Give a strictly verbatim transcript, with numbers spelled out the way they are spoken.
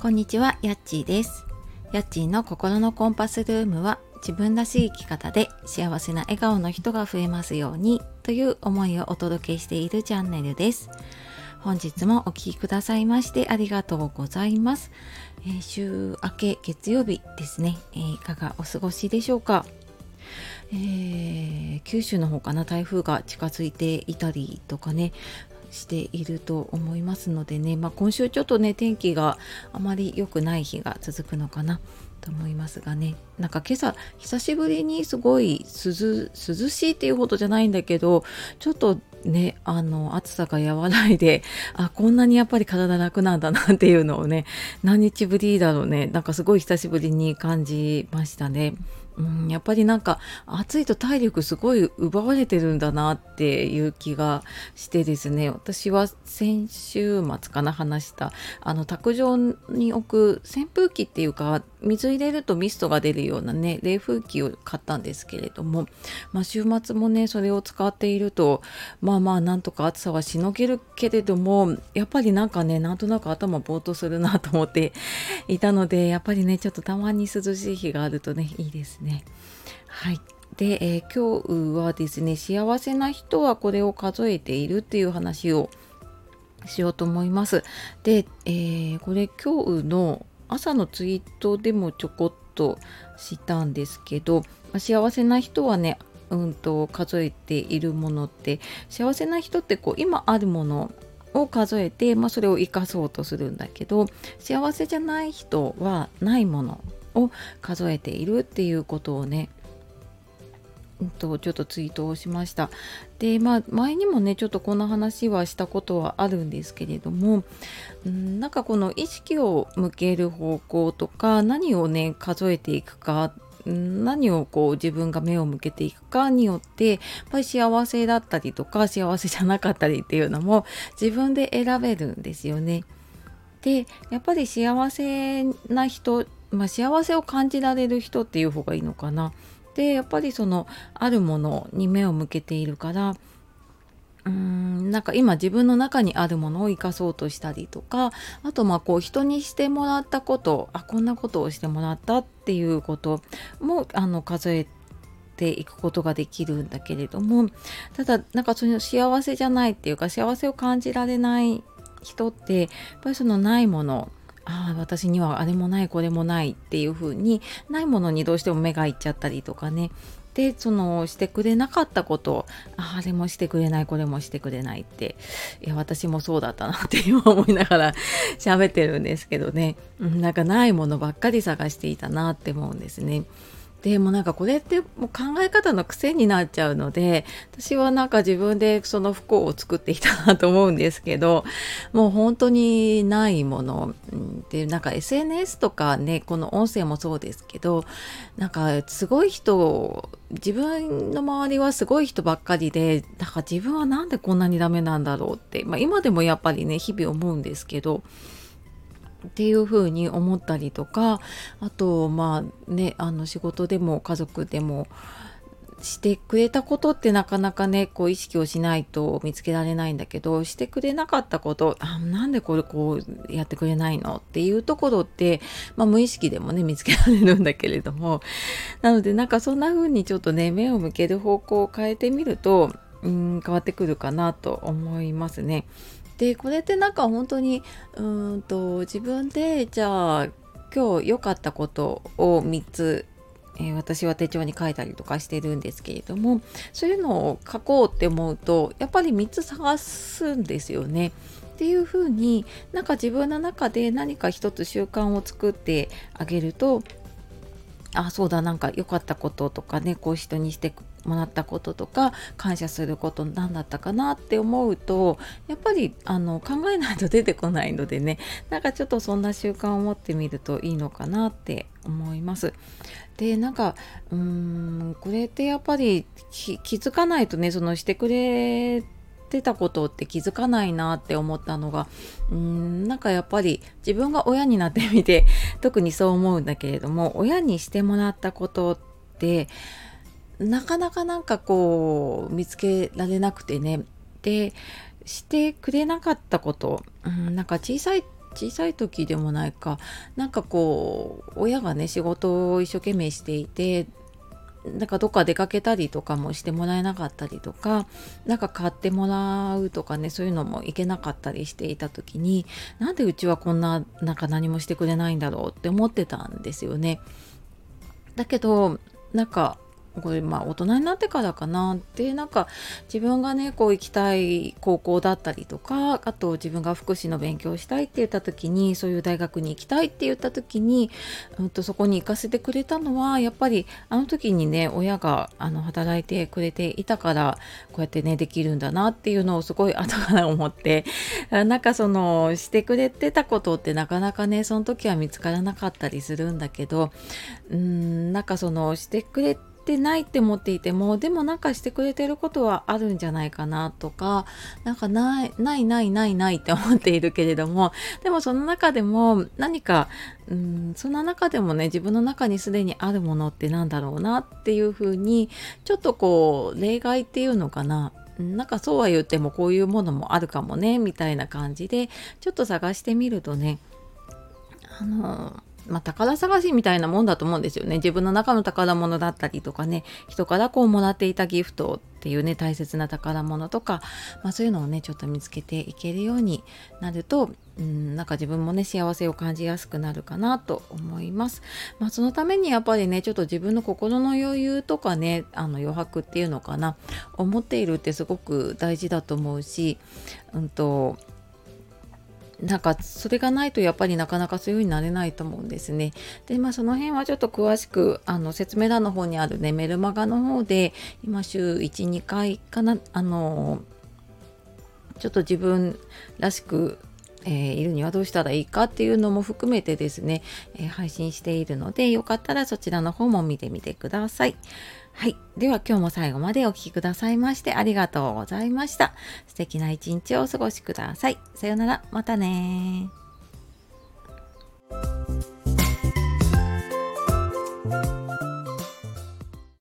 こんにちは、やっちーです。やっちーの心のコンパスルームは、自分らしい生き方で幸せな笑顔の人が増えますようにという思いをお届けしているチャンネルです。本日もお聞きくださいましてありがとうございます。えー、週明け月曜日ですね、えー、いかがお過ごしでしょうか。えー、九州の方かな、台風が近づいていたりとかねしていると思いますのでね、まあ、今週ちょっとね天気があまり良くない日が続くのかなと思いますがね、なんか今朝久しぶりにすごい涼、涼しいっていうほどじゃないんだけど、ちょっとねあの暑さが和らいで、あこんなにやっぱり体楽なんだなっていうのをね、何日ぶりだろうね、なんかすごい久しぶりに感じましたね。うん、やっぱりなんか暑いと体力すごい奪われてるんだなっていう気がしてですね、私は先週末かな話したあの卓上に置く扇風機っていうか、水入れるとミストが出るようなね冷風機を買ったんですけれども、まあ、週末もねそれを使っているとまあまあなんとか暑さはしのげるけれども、やっぱりなんかねなんとなく頭ぼーっとするなと思っていたので、やっぱりねちょっとたまに涼しい日があるとねいいですね。はい。で、えー今日はですね、幸せな人はこれを数えているっていう話をしようと思います。で、えーこれ今日の朝のツイートでもちょこっとしたんですけど、まあ幸せな人はね、うんと数えているものって、幸せな人ってこう今あるものを数えて、まあ、それを生かそうとするんだけど、幸せじゃない人はないものを数えているっていうことをね、うんとちょっとツイートをしました。で、まあ前にもねちょっとこの話はしたことはあるんですけれども、うん、なんかこの意識を向ける方向とか、何をね数えていくか、うん何をこう自分が目を向けていくかによって、やっぱり幸せだったりとか幸せじゃなかったりっていうのも自分で選べるんですよね。で、やっぱり幸せな人、まあ、幸せを感じられる人っていう方がいいのかな。で、やっぱりそのあるものに目を向けているから、うーんなんか今自分の中にあるものを生かそうとしたりとか、あとまあこう人にしてもらったこと、あこんなことをしてもらったっていうこともあの数えていくことができるんだけれども、ただなんかその幸せじゃないっていうか幸せを感じられない人って、やっぱりそのないもの、ああ私にはあれもないこれもないっていう風にないものにどうしても目がいっちゃったりとかね。でそのしてくれなかったこと、ああれもしてくれないこれもしてくれないって、いや私もそうだったなって今思いながら喋ってるんですけどね、うん、なんかないものばっかり探していたなって思うんですね。でもなんかこれってもう考え方の癖になっちゃうので、私はなんか自分でその不幸を作ってきたなと思うんですけど、もう本当にないもの、うん、でなんか エスエヌエス とかね、この音声もそうですけど、なんかすごい人、自分の周りはすごい人ばっかりで、だから自分はなんでこんなにダメなんだろうって、まあ、今でもやっぱりね日々思うんですけど、っていうふうに思ったりとか、あとまあねあの仕事でも家族でもしてくれたことってなかなかねこう意識をしないと見つけられないんだけど、してくれなかったこと、あなんでこれこうやってくれないのっていうところって、まあ、無意識でもね見つけられるんだけれども、なのでなんかそんな風にちょっとね目を向ける方向を変えてみると、うん変わってくるかなと思いますね。でこれってなんか本当にうーんと自分でじゃあ今日良かったことをみっつ、えー私は手帳に書いたりとかしてるんですけれども、そういうのを書こうって思うとやっぱりみっつ探すんですよね。っていう風になんか自分の中で何か一つ習慣を作ってあげると、あ、そうだ、なんか良かったこととかね、こう人にしてもらったこととか、感謝すること何だったかなって思うと、やっぱりあの考えないと出てこないのでね、なんかちょっとそんな習慣を持ってみるといいのかなって思います。で、なんかうーん、これってやっぱりき気づかないとね、そのしてくれてたことって気づかないなって思ったのが、うーんなんかやっぱり自分が親になってみて特にそう思うんだけれども、親にしてもらったことってなかなかなんかこう見つけられなくてね。でしてくれなかったこと、うん、なんか小さい小さい時でもないか、なんかこう親がね仕事を一生懸命していて、なんかどっか出かけたりとかもしてもらえなかったりとか、なんか買ってもらうとかね、そういうのもいけなかったりしていた時に、なんでうちはこんななんか何もしてくれないんだろうって思ってたんですよね。だけどなんかこれまあ大人になってからかなって、なんか自分がねこう行きたい高校だったりとか、あと自分が福祉の勉強をしたいって言った時に、そういう大学に行きたいって言った時に、うんとそこに行かせてくれたのは、やっぱりあの時にね親があの働いてくれていたから、こうやってねできるんだなっていうのをすごい後から思って、あなんかそのしてくれてたことってなかなかねその時は見つからなかったりするんだけど、うーんなんかそのしてくれてないって思っていても、でもなんかしてくれてることはあるんじゃないかなとか、なんかないないないないないって思っているけれども、でもその中でも何かうーんその中でもね、自分の中にすでにあるものってなんだろうなっていうふうに、ちょっとこう例外っていうのかな、なんかそうは言ってもこういうものもあるかもねみたいな感じでちょっと探してみるとね、あのまあ、宝探しみたいなもんだと思うんですよね。自分の中の宝物だったりとかね、人からこうもらっていたギフトっていうね、大切な宝物とか、まあ、そういうのをねちょっと見つけていけるようになると、うん、なんか自分もね幸せを感じやすくなるかなと思います。まあ、そのためにやっぱりねちょっと自分の心の余裕とかね、あの余白っていうのかな、思っているってすごく大事だと思うし、うんとなんかそれがないとやっぱりなかなかそういう風になれないと思うんですね。で、まあその辺はちょっと詳しくあの説明欄の方にあるねメルマガの方で、今週いち、にかいかな、あのちょっと自分らしく、えーいるにはどうしたらいいかっていうのも含めてですね、えー配信しているので、よかったらそちらの方も見てみてください。はい。では今日も最後までお聞きくださいましてありがとうございました。素敵な一日をお過ごしください。さようなら。またね。